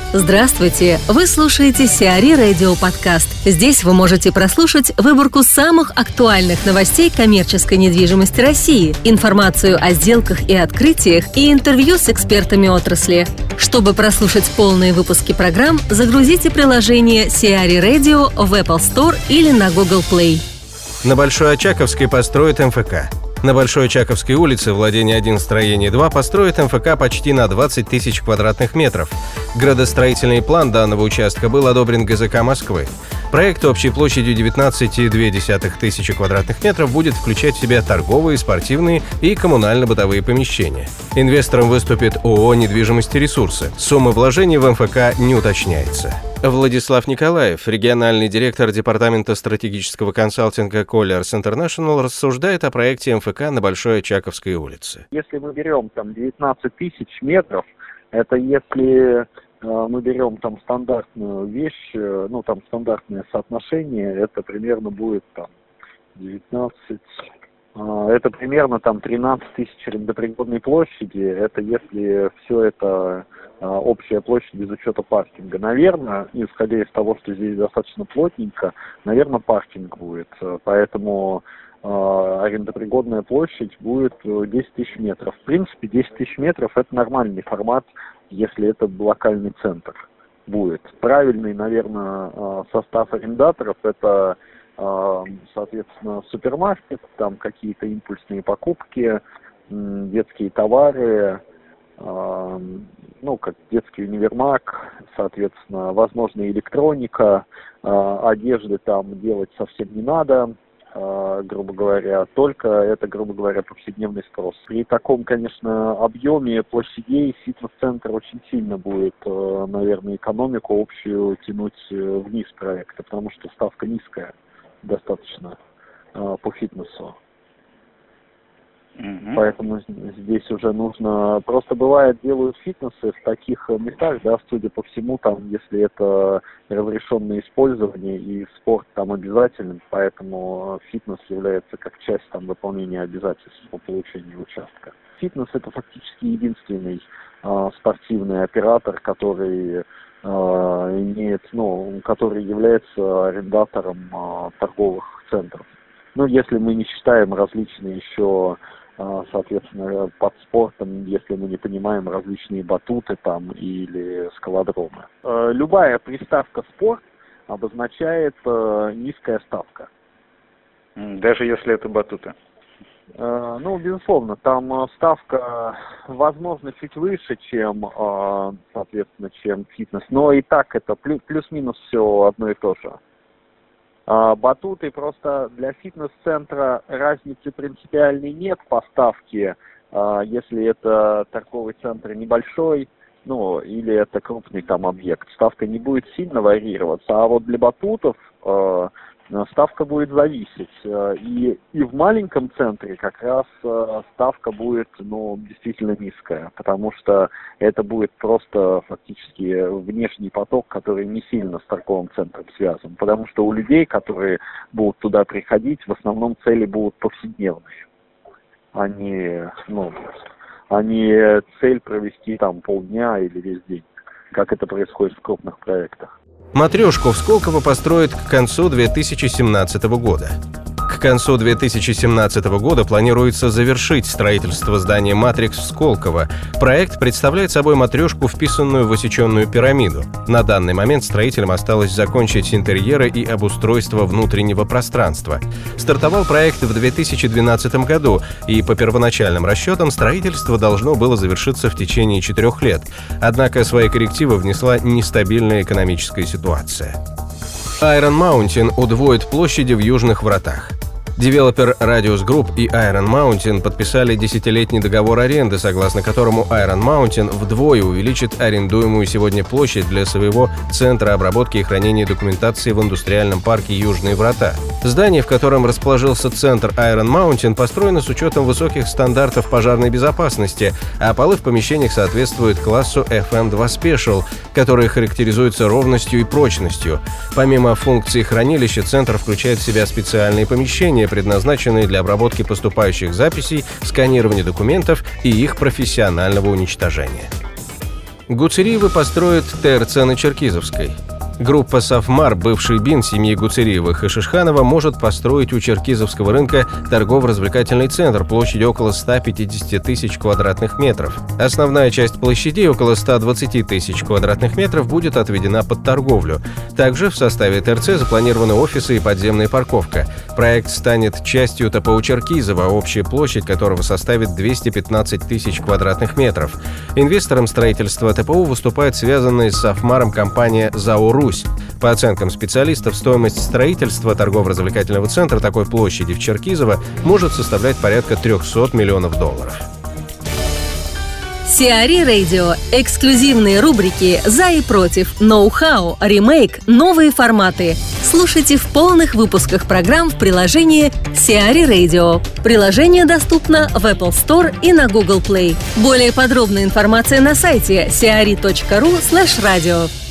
Здравствуйте! Вы слушаете Сиари Радио Подкаст. Здесь вы можете прослушать выборку самых актуальных новостей коммерческой недвижимости России, информацию о сделках и открытиях и интервью с экспертами отрасли. Чтобы прослушать полные выпуски программ, загрузите приложение Сиари Radio в Apple Store или на Google Play. На Большой Очаковской построят МФК. На Большой Очаковской улице, владение 1, строение 2, построят МФК почти на 20 тысяч квадратных метров. Градостроительный план данного участка был одобрен ГЗК Москвы. Проект общей площадью 19,2 тысячи квадратных метров будет включать в себя торговые, спортивные и коммунально-бытовые помещения. Инвестором выступит ООО «Недвижимость и ресурсы». Сумма вложений в МФК не уточняется. Владислав Николаев, региональный директор департамента стратегического консалтинга Colliers International, рассуждает о проекте МФК на Большой Очаковской улице. Если мы берем там 19 тысяч метров, это если мы берем там стандартную вещь, там стандартное соотношение, это примерно будет там 19, это примерно там 13 тысяч арендопригодной площади, это если все это общая площадь без учета паркинга. Наверное, исходя из того, что здесь достаточно плотненько, наверное, паркинг будет, поэтому арендопригодная площадь будет 10 тысяч метров. В принципе, 10 тысяч метров – это нормальный формат, если это локальный центр будет. Правильный, наверное, состав арендаторов – это, соответственно, супермаркет, там какие-то импульсные покупки, детские товары, как детский универмаг, соответственно, возможно, электроника, одежды там делать совсем не надо, грубо говоря, только повседневный спрос. При таком, конечно, объеме площадей фитнес-центр очень сильно будет, наверное, экономику общую тянуть вниз проекта, потому что ставка низкая достаточно по фитнесу. Поэтому здесь уже нужно... Просто бывает, делают фитнесы в таких местах, да, судя по всему, там, если это разрешенное использование и спорт там обязателен, поэтому фитнес является как часть там выполнения обязательств по получению участка. Фитнес — это фактически единственный спортивный оператор, который который является арендатором торговых центров. Если мы не считаем различные еще, соответственно, под спортом, если мы не понимаем различные батуты там или скалодромы. Любая приставка «спорт» обозначает низкая ставка. Даже если это батуты? Безусловно, там ставка, возможно, чуть выше, чем фитнес, но и так это плюс-минус все одно и то же. Батуты просто для фитнес-центра разницы принципиальной нет по ставке, если это торговый центр небольшой, или это крупный там объект. Ставка не будет сильно варьироваться, а вот для батутов ставка будет зависеть. И в маленьком центре как раз ставка будет, действительно низкая, потому что это будет просто фактически внешний поток, который не сильно с торговым центром связан. Потому что у людей, которые будут туда приходить, в основном цели будут повседневные. А не цель провести там полдня или весь день, как это происходит в крупных проектах. Матрешку в Сколково построят к концу 2017 года. К концу 2017 года планируется завершить строительство здания «Матрикс» в Сколково. Проект представляет собой матрешку, вписанную в высеченную пирамиду. На данный момент строителям осталось закончить интерьеры и обустройство внутреннего пространства. Стартовал проект в 2012 году, и по первоначальным расчетам строительство должно было завершиться в течение 4 лет. Однако свои коррективы внесла нестабильная экономическая ситуация. Iron Mountain удвоит площади в Южных Вратах. Девелопер Radius Group и Iron Mountain подписали 10-летний договор аренды, согласно которому Iron Mountain вдвое увеличит арендуемую сегодня площадь для своего центра обработки и хранения документации в индустриальном парке Южные Врата. Здание, в котором расположился центр Iron Mountain, построено с учетом высоких стандартов пожарной безопасности, а полы в помещениях соответствуют классу FM2 Special, который характеризуется ровностью и прочностью. Помимо функций хранилища, центр включает в себя специальные помещения, предназначенные для обработки поступающих записей, сканирования документов и их профессионального уничтожения. Гуцериевы построят ТРЦ на Черкизовской. Группа «Сафмар», бывший БИН семьи Гуцериевых и Шишханова, может построить у Черкизовского рынка торгово-развлекательный центр площадью около 150 тысяч квадратных метров. Основная часть площади, около 120 тысяч квадратных метров, будет отведена под торговлю. Также в составе ТРЦ запланированы офисы и подземная парковка. Проект станет частью ТПУ Черкизово, общая площадь которого составит 215 тысяч квадратных метров. Инвестором строительства ТПУ выступает связанная с «Сафмаром» компания «ЗАО Русь». По оценкам специалистов, стоимость строительства торгово-развлекательного центра такой площади в Черкизово может составлять порядка $300 миллионов. Сиари Радио. Эксклюзивные рубрики «За и против», «Ноу-хау», «Ремейк», «Новые форматы». Слушайте в полных выпусках программ в приложении Сиари Radio. Приложение доступно в Apple Store и на Google Play. Более подробная информация на сайте siari.ru/radio.